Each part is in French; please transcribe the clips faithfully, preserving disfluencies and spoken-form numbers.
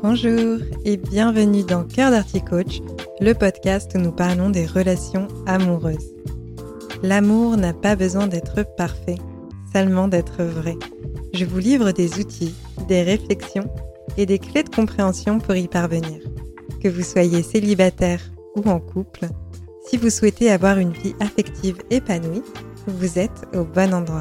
Bonjour et bienvenue dans Cœur d'Arty Coach, le podcast où nous parlons des relations amoureuses. L'amour n'a pas besoin d'être parfait, seulement d'être vrai. Je vous livre des outils, des réflexions et des clés de compréhension pour y parvenir. Que vous soyez célibataire ou en couple, si vous souhaitez avoir une vie affective épanouie, vous êtes au bon endroit.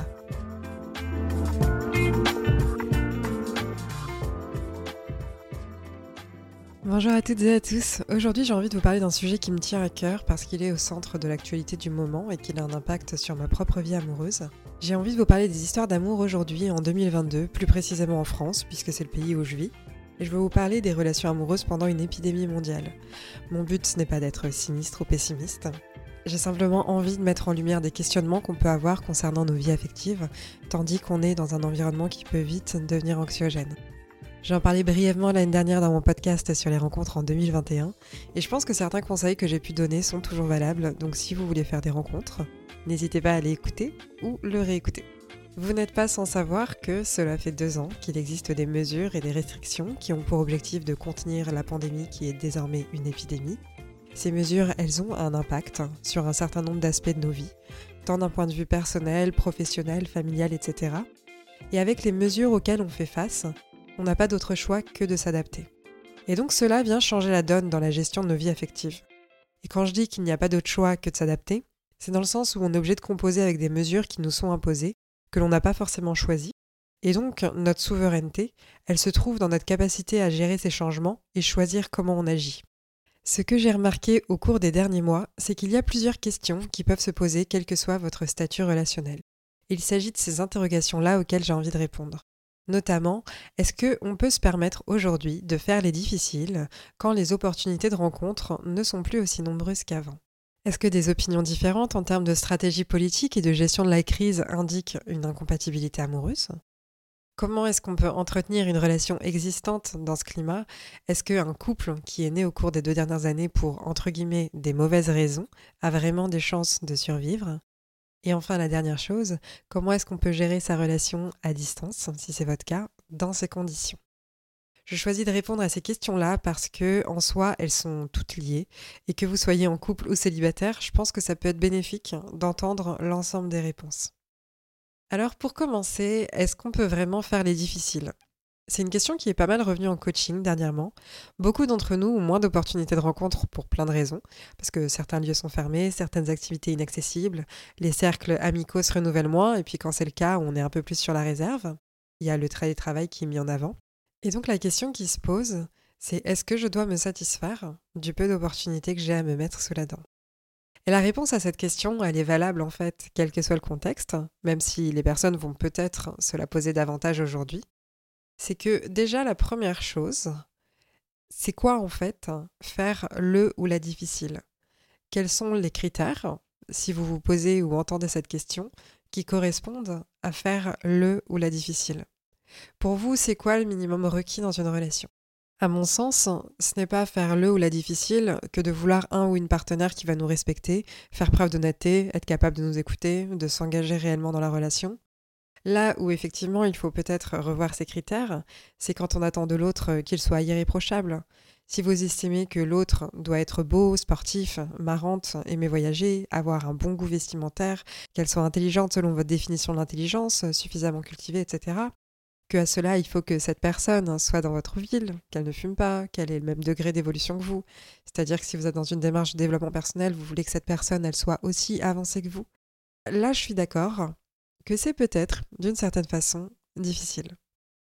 Bonjour à toutes et à tous. Aujourd'hui, j'ai envie de vous parler d'un sujet qui me tient à cœur parce qu'il est au centre de l'actualité du moment et qu'il a un impact sur ma propre vie amoureuse. J'ai envie de vous parler des histoires d'amour aujourd'hui en deux mille vingt-deux, plus précisément en France, puisque c'est le pays où je vis. Et je veux vous parler des relations amoureuses pendant une épidémie mondiale. Mon but, ce n'est pas d'être sinistre ou pessimiste. J'ai simplement envie de mettre en lumière des questionnements qu'on peut avoir concernant nos vies affectives, tandis qu'on est dans un environnement qui peut vite devenir anxiogène. J'en parlais brièvement l'année dernière dans mon podcast sur les rencontres en deux mille vingt et un, et je pense que certains conseils que j'ai pu donner sont toujours valables, donc si vous voulez faire des rencontres, n'hésitez pas à les écouter ou le réécouter. Vous n'êtes pas sans savoir que cela fait deux ans qu'il existe des mesures et des restrictions qui ont pour objectif de contenir la pandémie qui est désormais une épidémie. Ces mesures, elles ont un impact sur un certain nombre d'aspects de nos vies, tant d'un point de vue personnel, professionnel, familial, et cetera. Et avec les mesures auxquelles on fait face, on n'a pas d'autre choix que de s'adapter. Et donc cela vient changer la donne dans la gestion de nos vies affectives. Et quand je dis qu'il n'y a pas d'autre choix que de s'adapter, c'est dans le sens où on est obligé de composer avec des mesures qui nous sont imposées, que l'on n'a pas forcément choisies. Et donc notre souveraineté, elle se trouve dans notre capacité à gérer ces changements et choisir comment on agit. Ce que j'ai remarqué au cours des derniers mois, c'est qu'il y a plusieurs questions qui peuvent se poser quel que soit votre statut relationnel. Il s'agit de ces interrogations-là auxquelles j'ai envie de répondre. Notamment, est-ce qu'on peut se permettre aujourd'hui de faire les difficiles quand les opportunités de rencontre ne sont plus aussi nombreuses qu'avant ? Est-ce que des opinions différentes en termes de stratégie politique et de gestion de la crise indiquent une incompatibilité amoureuse ? Comment est-ce qu'on peut entretenir une relation existante dans ce climat ? Est-ce qu'un couple qui est né au cours des deux dernières années pour, entre guillemets, des mauvaises raisons, a vraiment des chances de survivre ? Et enfin, la dernière chose, comment est-ce qu'on peut gérer sa relation à distance, si c'est votre cas, dans ces conditions ? Je choisis de répondre à ces questions-là parce que, en soi, elles sont toutes liées et que vous soyez en couple ou célibataire, je pense que ça peut être bénéfique d'entendre l'ensemble des réponses. Alors, pour commencer, est-ce qu'on peut vraiment faire les difficiles ? C'est une question qui est pas mal revenue en coaching dernièrement. Beaucoup d'entre nous ont moins d'opportunités de rencontre pour plein de raisons, parce que certains lieux sont fermés, certaines activités inaccessibles, les cercles amicaux se renouvellent moins, et puis quand c'est le cas, on est un peu plus sur la réserve. Il y a le télétravail qui est mis en avant. Et donc la question qui se pose, c'est est-ce que je dois me satisfaire du peu d'opportunités que j'ai à me mettre sous la dent ? Et la réponse à cette question, elle est valable en fait, quel que soit le contexte, même si les personnes vont peut-être se la poser davantage aujourd'hui. C'est que déjà la première chose, c'est quoi en fait faire le ou la difficile ? Quels sont les critères, si vous vous posez ou entendez cette question, qui correspondent à faire le ou la difficile ? Pour vous, c'est quoi le minimum requis dans une relation ? À mon sens, ce n'est pas faire le ou la difficile que de vouloir un ou une partenaire qui va nous respecter, faire preuve d'honnêteté, être capable de nous écouter, de s'engager réellement dans la relation. Là où effectivement il faut peut-être revoir ces critères, c'est quand on attend de l'autre qu'il soit irréprochable. Si vous estimez que l'autre doit être beau, sportif, marrante, aimer voyager, avoir un bon goût vestimentaire, qu'elle soit intelligente selon votre définition de l'intelligence, suffisamment cultivée, et cetera, que à cela il faut que cette personne soit dans votre ville, qu'elle ne fume pas, qu'elle ait le même degré d'évolution que vous. C'est-à-dire que si vous êtes dans une démarche de développement personnel, vous voulez que cette personne elle soit aussi avancée que vous. Là je suis d'accord que c'est peut-être, d'une certaine façon, difficile.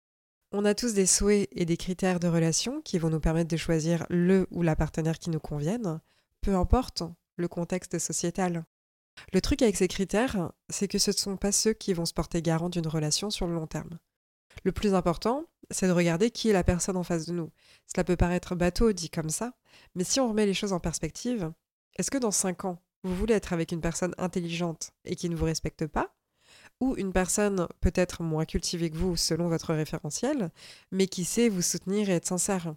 On a tous des souhaits et des critères de relation qui vont nous permettre de choisir le ou la partenaire qui nous convienne, peu importe le contexte sociétal. Le truc avec ces critères, c'est que ce ne sont pas ceux qui vont se porter garant d'une relation sur le long terme. Le plus important, c'est de regarder qui est la personne en face de nous. Cela peut paraître bateau dit comme ça, mais si on remet les choses en perspective, est-ce que dans cinq ans, vous voulez être avec une personne intelligente et qui ne vous respecte pas ? Ou une personne peut-être moins cultivée que vous selon votre référentiel, mais qui sait vous soutenir et être sincère.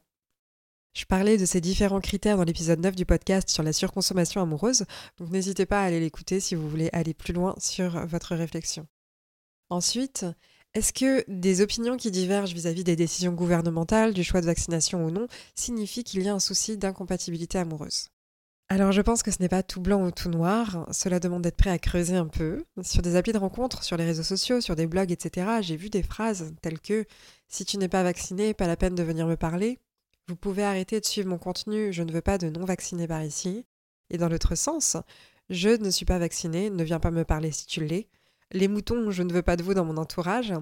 Je parlais de ces différents critères dans l'épisode neuf du podcast sur la surconsommation amoureuse, donc n'hésitez pas à aller l'écouter si vous voulez aller plus loin sur votre réflexion. Ensuite, Est-ce que des opinions qui divergent vis-à-vis des décisions gouvernementales, du choix de vaccination ou non, signifient qu'il y a un souci d'incompatibilité amoureuse? Alors je pense que ce n'est pas tout blanc ou tout noir, cela demande d'être prêt à creuser un peu. Sur des applis de rencontres, sur les réseaux sociaux, sur des blogs, et cetera, j'ai vu des phrases telles que «Si tu n'es pas vacciné, pas la peine de venir me parler», «Vous pouvez arrêter de suivre mon contenu, je ne veux pas de non-vaccinés par ici», et dans l'autre sens, «Je ne suis pas vacciné, ne viens pas me parler si tu l'es», «Les moutons, je ne veux pas de vous dans mon entourage».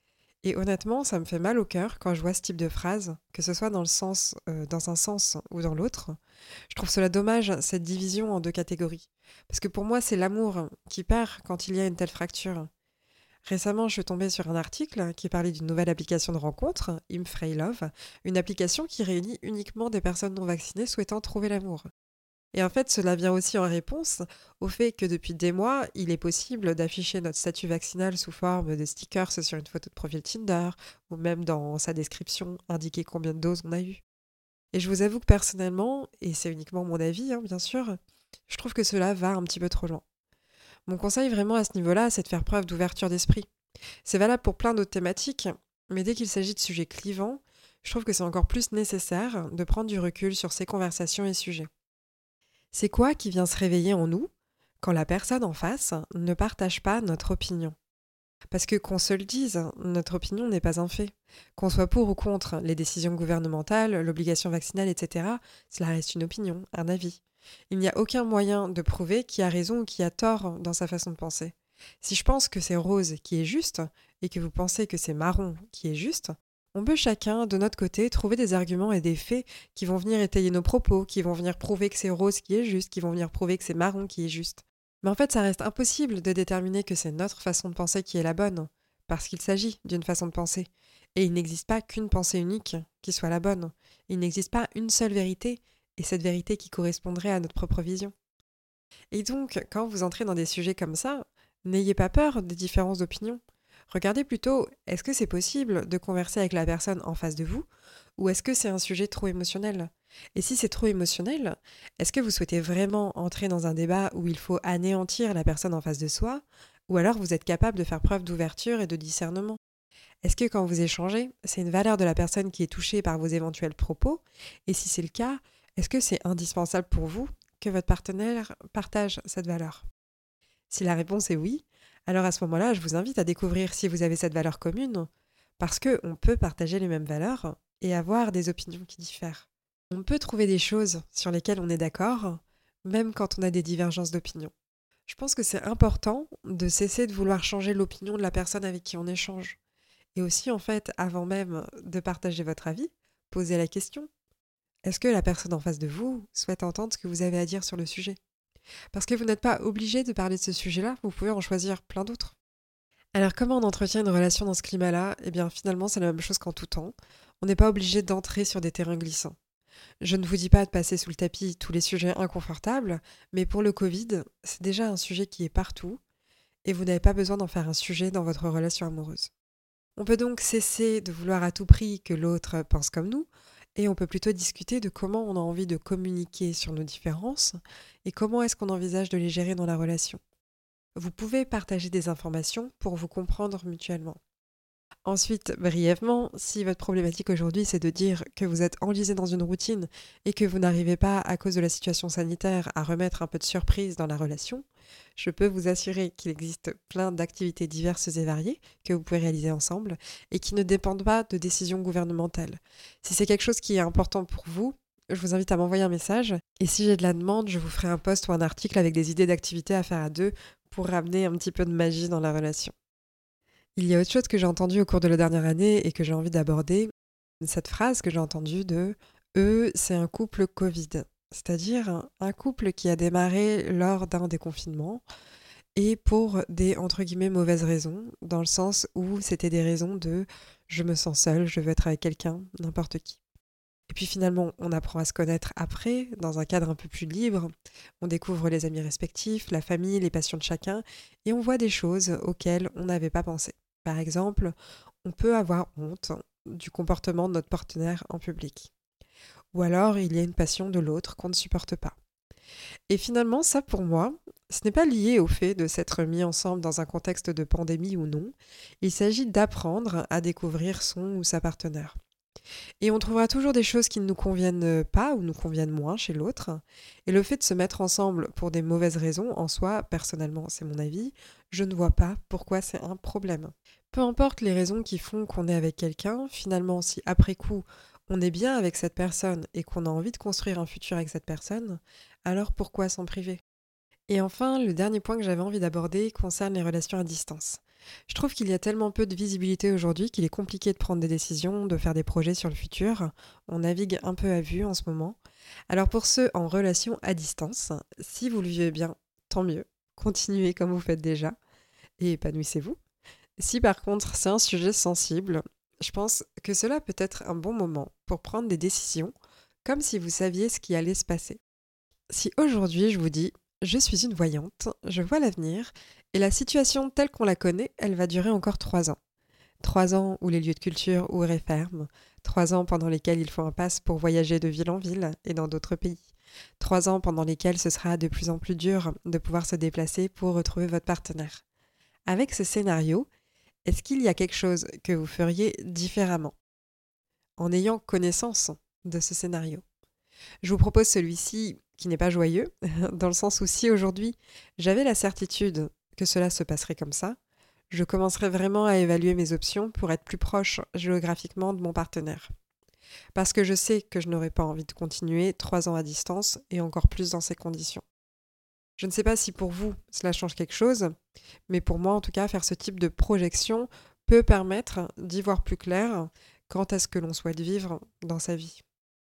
Et honnêtement, ça me fait mal au cœur quand je vois ce type de phrase, que ce soit dans le sens, euh, dans un sens ou dans l'autre. Je trouve cela dommage, cette division en deux catégories. Parce que pour moi, c'est l'amour qui perd quand il y a une telle fracture. Récemment, je suis tombée sur un article qui parlait d'une nouvelle application de rencontre, Imfreilove, une application qui réunit uniquement des personnes non vaccinées souhaitant trouver l'amour. Et en fait, cela vient aussi en réponse au fait que depuis des mois, il est possible d'afficher notre statut vaccinal sous forme de stickers sur une photo de profil Tinder, ou même dans sa description indiquer combien de doses on a eu. Et je vous avoue que personnellement, et c'est uniquement mon avis, hein, bien sûr, je trouve que cela va un petit peu trop loin. Mon conseil vraiment à ce niveau-là, c'est de faire preuve d'ouverture d'esprit. C'est valable pour plein d'autres thématiques, mais dès qu'il s'agit de sujets clivants, je trouve que c'est encore plus nécessaire de prendre du recul sur ces conversations et sujets. C'est quoi qui vient se réveiller en nous quand la personne en face ne partage pas notre opinion? Parce que qu'on se le dise, notre opinion n'est pas un fait. Qu'on soit pour ou contre les décisions gouvernementales, l'obligation vaccinale, et cetera, cela reste une opinion, un avis. Il n'y a aucun moyen de prouver qui a raison ou qui a tort dans sa façon de penser. Si je pense que c'est rose qui est juste et que vous pensez que c'est marron qui est juste, on peut chacun, de notre côté, trouver des arguments et des faits qui vont venir étayer nos propos, qui vont venir prouver que c'est rose qui est juste, qui vont venir prouver que c'est marron qui est juste. Mais en fait, ça reste impossible de déterminer que c'est notre façon de penser qui est la bonne, parce qu'il s'agit d'une façon de penser. Et il n'existe pas qu'une pensée unique qui soit la bonne. Il n'existe pas une seule vérité, et cette vérité qui correspondrait à notre propre vision. Et donc, quand vous entrez dans des sujets comme ça, n'ayez pas peur des différences d'opinion. Regardez plutôt, est-ce que c'est possible de converser avec la personne en face de vous, ou est-ce que c'est un sujet trop émotionnel? Et si c'est trop émotionnel, est-ce que vous souhaitez vraiment entrer dans un débat où il faut anéantir la personne en face de soi, ou alors vous êtes capable de faire preuve d'ouverture et de discernement? Est-ce que quand vous échangez, c'est une valeur de la personne qui est touchée par vos éventuels propos? Et si c'est le cas, est-ce que c'est indispensable pour vous que votre partenaire partage cette valeur? Si la réponse est oui, alors à ce moment-là, je vous invite à découvrir si vous avez cette valeur commune, parce qu'on peut partager les mêmes valeurs et avoir des opinions qui diffèrent. On peut trouver des choses sur lesquelles on est d'accord, même quand on a des divergences d'opinion. Je pense que c'est important de cesser de vouloir changer l'opinion de la personne avec qui on échange. Et aussi, en fait, avant même de partager votre avis, posez la question. Est-ce que la personne en face de vous souhaite entendre ce que vous avez à dire sur le sujet? Parce que vous n'êtes pas obligé de parler de ce sujet-là, vous pouvez en choisir plein d'autres. Alors comment on entretient une relation dans ce climat-là? Eh bien finalement c'est la même chose qu'en tout temps. On n'est pas obligé d'entrer sur des terrains glissants. Je ne vous dis pas de passer sous le tapis tous les sujets inconfortables, mais pour le Covid, c'est déjà un sujet qui est partout, et vous n'avez pas besoin d'en faire un sujet dans votre relation amoureuse. On peut donc cesser de vouloir à tout prix que l'autre pense comme nous, et on peut plutôt discuter de comment on a envie de communiquer sur nos différences et comment est-ce qu'on envisage de les gérer dans la relation. Vous pouvez partager des informations pour vous comprendre mutuellement. Ensuite, brièvement, si votre problématique aujourd'hui c'est de dire que vous êtes enlisé dans une routine et que vous n'arrivez pas, à cause de la situation sanitaire, à remettre un peu de surprise dans la relation, je peux vous assurer qu'il existe plein d'activités diverses et variées que vous pouvez réaliser ensemble et qui ne dépendent pas de décisions gouvernementales. Si c'est quelque chose qui est important pour vous, je vous invite à m'envoyer un message et si j'ai de la demande, je vous ferai un post ou un article avec des idées d'activités à faire à deux pour ramener un petit peu de magie dans la relation. Il y a autre chose que j'ai entendu au cours de la dernière année et que j'ai envie d'aborder, cette phrase que j'ai entendue de « eux, c'est un couple Covid », c'est-à-dire un couple qui a démarré lors d'un déconfinement et pour des entre guillemets mauvaises raisons, dans le sens où c'était des raisons de « je me sens seule, je veux être avec quelqu'un, n'importe qui ». Et puis finalement, on apprend à se connaître après, dans un cadre un peu plus libre. On découvre les amis respectifs, la famille, les passions de chacun, et on voit des choses auxquelles on n'avait pas pensé. Par exemple, on peut avoir honte du comportement de notre partenaire en public. Ou alors, il y a une passion de l'autre qu'on ne supporte pas. Et finalement, ça pour moi, Ce n'est pas lié au fait de s'être mis ensemble dans un contexte de pandémie ou non, il s'agit d'apprendre à découvrir son ou sa partenaire. Et on trouvera toujours des choses qui ne nous conviennent pas ou nous conviennent moins chez l'autre. Et le fait de se mettre ensemble pour des mauvaises raisons, en soi, personnellement, c'est mon avis, je ne vois pas pourquoi c'est un problème. Peu importe les raisons qui font qu'on est avec quelqu'un, finalement, si après coup, on est bien avec cette personne et qu'on a envie de construire un futur avec cette personne, alors pourquoi s'en priver? Et enfin, le dernier point que j'avais envie d'aborder concerne les relations à distance. Je trouve qu'il y a tellement peu de visibilité aujourd'hui qu'il est compliqué de prendre des décisions, de faire des projets sur le futur. On navigue un peu à vue en ce moment. Alors pour ceux en relation à distance, si vous le vivez bien, tant mieux. Continuez comme vous faites déjà et épanouissez-vous. Si par contre c'est un sujet sensible, je pense que cela peut être un bon moment pour prendre des décisions comme si vous saviez ce qui allait se passer. Si aujourd'hui je vous dis je suis une voyante, je vois l'avenir, et la situation telle qu'on la connaît, elle va durer encore trois ans. Trois ans où les lieux de culture ouvrent et ferment, trois ans pendant lesquels il faut un pass pour voyager de ville en ville et dans d'autres pays, trois ans pendant lesquels ce sera de plus en plus dur de pouvoir se déplacer pour retrouver votre partenaire. Avec ce scénario, est-ce qu'il y a quelque chose que vous feriez différemment en ayant connaissance de ce scénario? Je vous propose celui-ci qui n'est pas joyeux, dans le sens où si aujourd'hui j'avais la certitude que cela se passerait comme ça, je commencerais vraiment à évaluer mes options pour être plus proche géographiquement de mon partenaire. Parce que je sais que je n'aurais pas envie de continuer trois ans à distance et encore plus dans ces conditions. Je ne sais pas si pour vous cela change quelque chose, mais pour moi en tout cas, faire ce type de projection peut permettre d'y voir plus clair quant à ce que l'on souhaite vivre dans sa vie.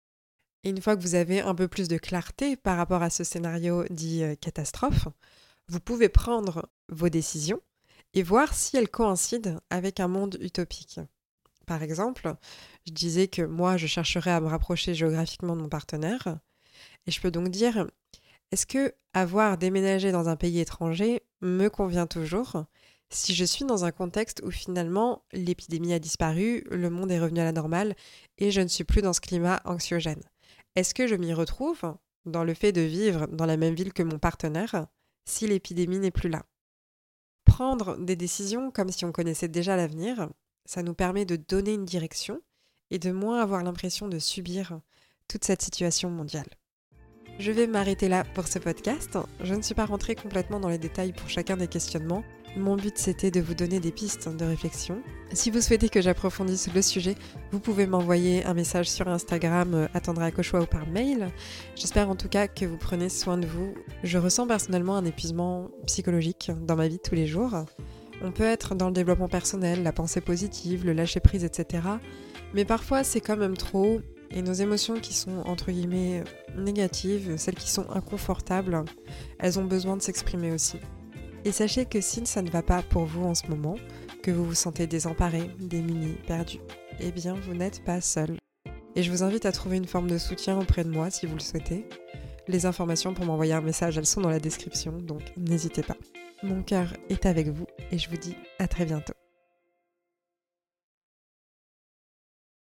Et une fois que vous avez un peu plus de clarté par rapport à ce scénario dit euh, catastrophe, vous pouvez prendre vos décisions et voir si elles coïncident avec un monde utopique. Par exemple, je disais que moi, je chercherais à me rapprocher géographiquement de mon partenaire, et je peux donc dire, est-ce que avoir déménagé dans un pays étranger me convient toujours si je suis dans un contexte où finalement l'épidémie a disparu, le monde est revenu à la normale et je ne suis plus dans ce climat anxiogène? Est-ce que je m'y retrouve dans le fait de vivre dans la même ville que mon partenaire si l'épidémie n'est plus là? Prendre des décisions comme si on connaissait déjà l'avenir, ça nous permet de donner une direction et de moins avoir l'impression de subir toute cette situation mondiale. Je vais m'arrêter là pour ce podcast. Je ne suis pas rentrée complètement dans les détails pour chacun des questionnements. Mon but, c'était de vous donner des pistes de réflexion. Si vous souhaitez que j'approfondisse le sujet, vous pouvez m'envoyer un message sur Instagram, Attendra Cochois, ou par mail. J'espère en tout cas que vous prenez soin de vous. Je ressens personnellement un épuisement psychologique dans ma vie de tous les jours. On peut être dans le développement personnel, la pensée positive, le lâcher-prise, et cetera. Mais parfois, c'est quand même trop. Et nos émotions qui sont, entre guillemets, négatives, celles qui sont inconfortables, elles ont besoin de s'exprimer aussi. Et sachez que si ça ne va pas pour vous en ce moment, que vous vous sentez désemparé, démuni, perdu, eh bien vous n'êtes pas seul. Et je vous invite à trouver une forme de soutien auprès de moi si vous le souhaitez. Les informations pour m'envoyer un message, elles sont dans la description, donc n'hésitez pas. Mon cœur est avec vous et je vous dis à très bientôt.